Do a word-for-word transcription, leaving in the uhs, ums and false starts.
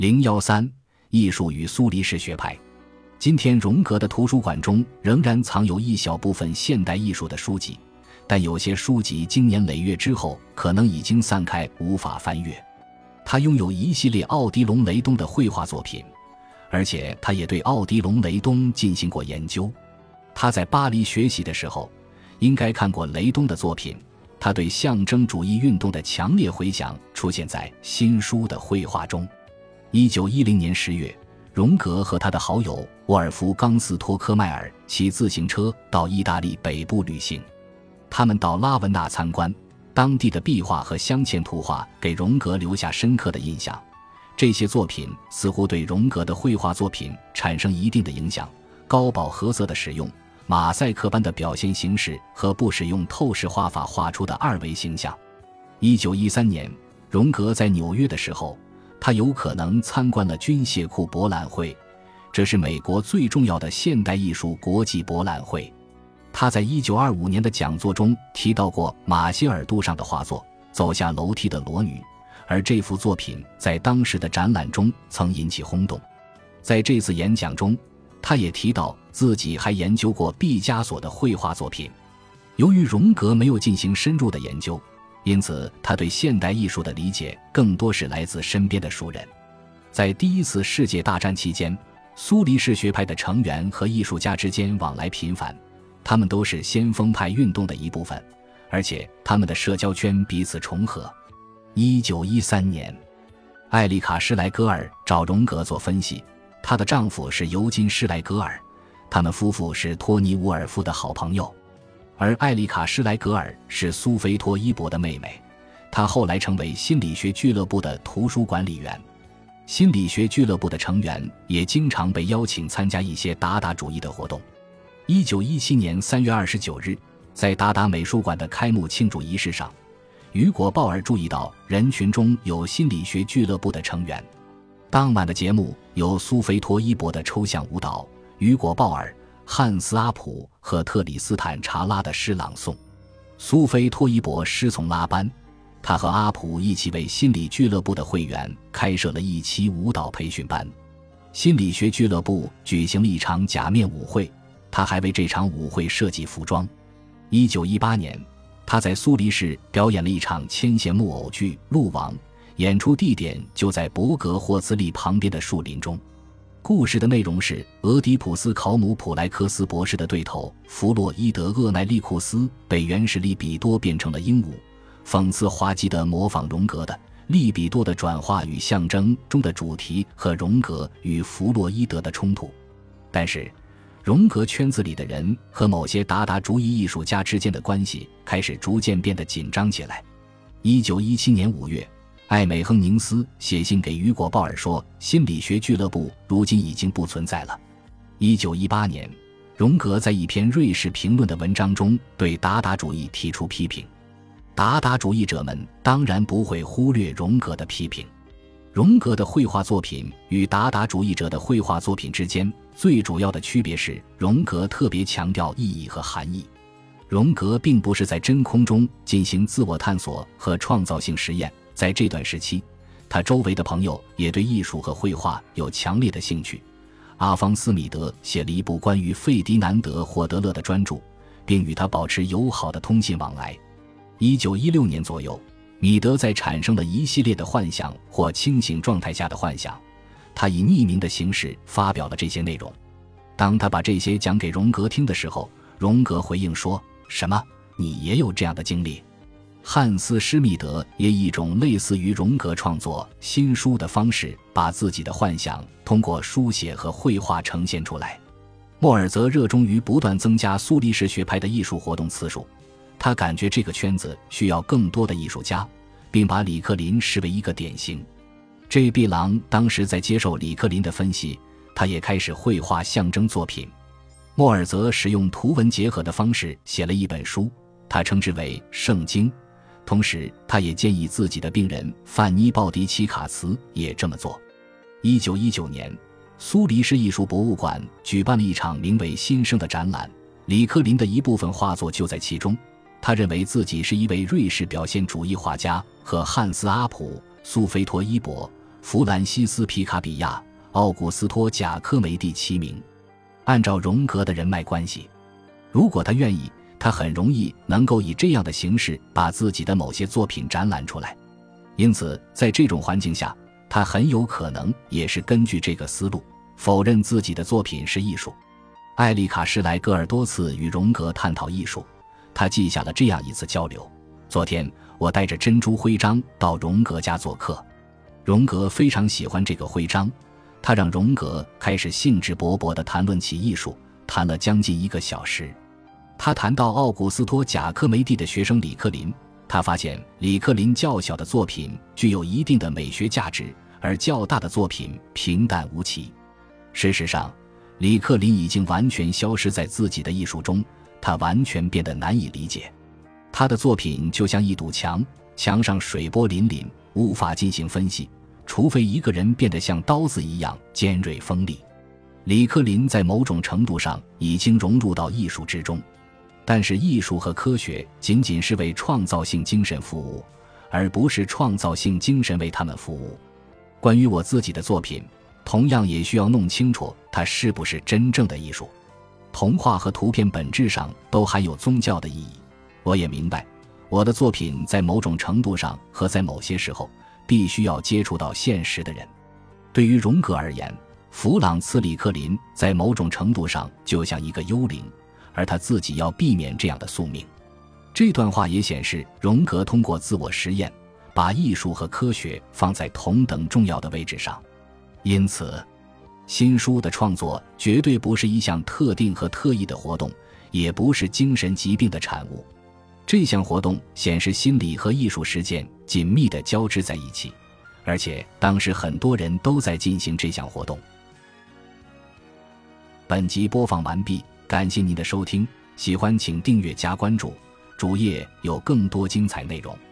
零一三艺术与苏黎世学派。今天荣格的图书馆中仍然藏有一小部分现代艺术的书籍，但有些书籍经年累月之后可能已经散开，无法翻阅。他拥有一系列奥迪龙·雷东的绘画作品，而且他也对奥迪龙·雷东进行过研究。他在巴黎学习的时候应该看过雷东的作品，他对象征主义运动的强烈回响出现在新书的绘画中。一九一零年十月，荣格和他的好友沃尔夫冈斯托科迈尔骑自行车到意大利北部旅行。他们到拉文纳参观，当地的壁画和镶嵌图画给荣格留下深刻的印象。这些作品似乎对荣格的绘画作品产生一定的影响。高饱和色的使用，马赛克般的表现形式和不使用透视画法画出的二维形象。一九一三年，荣格在纽约的时候，他有可能参观了军械库博览会，这是美国最重要的现代艺术国际博览会。他在一九二五年的讲座中提到过马歇尔杜尚的画作《走下楼梯的裸女》，而这幅作品在当时的展览中曾引起轰动。在这次演讲中，他也提到自己还研究过毕加索的绘画作品。由于荣格没有进行深入的研究，因此他对现代艺术的理解更多是来自身边的熟人。在第一次世界大战期间，苏黎世学派的成员和艺术家之间往来频繁，他们都是先锋派运动的一部分，而且他们的社交圈彼此重合。一九一三年，艾丽卡·施莱格尔找荣格做分析，她的丈夫是尤金·施莱格尔，他们夫妇是托尼·伍尔夫的好朋友。而艾丽卡·施莱格尔是苏菲托伊博的妹妹，她后来成为心理学俱乐部的图书管理员。心理学俱乐部的成员也经常被邀请参加一些达达主义的活动。一九一七年三月二十九日，在达达美术馆的开幕庆祝仪式上，雨果·鲍尔注意到人群中有心理学俱乐部的成员。当晚的节目由苏菲托伊博的抽象舞蹈、雨果·鲍尔、汉斯·阿普和特里斯坦·查拉的诗朗诵。苏菲托伊博师从拉班，他和阿普一起为心理俱乐部的会员开设了一期舞蹈培训班。心理学俱乐部举行了一场假面舞会，他还为这场舞会设计服装。一九一八年，他在苏黎世表演了一场牵线木偶剧《鹿王》，演出地点就在伯格霍兹利旁边的树林中。故事的内容是俄狄浦斯考姆普莱克斯博士的对头弗洛伊德厄奈利库斯被原始利比多变成了鹦鹉，讽刺滑稽地模仿荣格的利比多的转化与象征中的主题和荣格与弗洛伊德的冲突。但是荣格圈子里的人和某些达达主义艺术家之间的关系开始逐渐变得紧张起来。一九一七年五月，艾美亨宁斯写信给雨果·鲍尔说，心理学俱乐部如今已经不存在了。一九一八年，荣格在一篇瑞士评论的文章中对达达主义提出批评。达达主义者们当然不会忽略荣格的批评。荣格的绘画作品与达达主义者的绘画作品之间最主要的区别是，荣格特别强调意义和含义。荣格并不是在真空中进行自我探索和创造性实验，在这段时期，他周围的朋友也对艺术和绘画有强烈的兴趣。阿方斯·米德写了一部关于费迪南德·霍德勒的专著，并与他保持友好的通信往来。一九一六年左右，米德在产生了一系列的幻想或清醒状态下的幻想，他以匿名的形式发表了这些内容。当他把这些讲给荣格听的时候，荣格回应说，什么？你也有这样的经历？汉斯·施密德也以一种类似于荣格创作新书的方式，把自己的幻想通过书写和绘画呈现出来。莫尔则热衷于不断增加苏黎世学派的艺术活动次数，他感觉这个圈子需要更多的艺术家，并把里克林视为一个典型。J. B. 郎当时在接受里克林的分析，他也开始绘画象征作品。莫尔则使用图文结合的方式写了一本书，他称之为《圣经》。同时他也建议自己的病人范妮·鲍迪奇卡茨也这么做。一九一九年，苏黎世艺术博物馆举办了一场名为《新生》的展览，里克林的一部分画作就在其中。他认为自己是一位瑞士表现主义画家，和汉斯·阿普、苏菲托伊博、 弗兰西斯·皮卡比亚、奥古斯托·贾科梅蒂齐名。按照荣格的人脉关系，如果他愿意，他很容易能够以这样的形式把自己的某些作品展览出来。因此在这种环境下，他很有可能也是根据这个思路否认自己的作品是艺术。艾利卡施莱格尔多次与荣格探讨艺术，他记下了这样一次交流：昨天我带着珍珠徽章到荣格家做客，荣格非常喜欢这个徽章，他让荣格开始兴致勃勃地谈论起艺术，谈了将近一个小时。他谈到奥古斯托·贾科梅蒂的学生里克林，他发现里克林较小的作品具有一定的美学价值，而较大的作品平淡无奇。事实上，里克林已经完全消失在自己的艺术中，他完全变得难以理解。他的作品就像一堵墙，墙上水波粼粼，无法进行分析，除非一个人变得像刀子一样尖锐锋利。里克林在某种程度上已经融入到艺术之中，但是艺术和科学仅仅是为创造性精神服务，而不是创造性精神为他们服务。关于我自己的作品，同样也需要弄清楚它是不是真正的艺术。童话和图片本质上都含有宗教的意义，我也明白我的作品在某种程度上和在某些时候必须要接触到现实的人。对于荣格而言，弗朗茨·里克林在某种程度上就像一个幽灵，而他自己要避免这样的宿命。这段话也显示荣格通过自我实验把艺术和科学放在同等重要的位置上。因此新书的创作绝对不是一项特定和特异的活动，也不是精神疾病的产物。这项活动显示心理和艺术实践紧密地交织在一起，而且当时很多人都在进行这项活动。本集播放完毕，感谢您的收听，喜欢请订阅加关注，主页有更多精彩内容。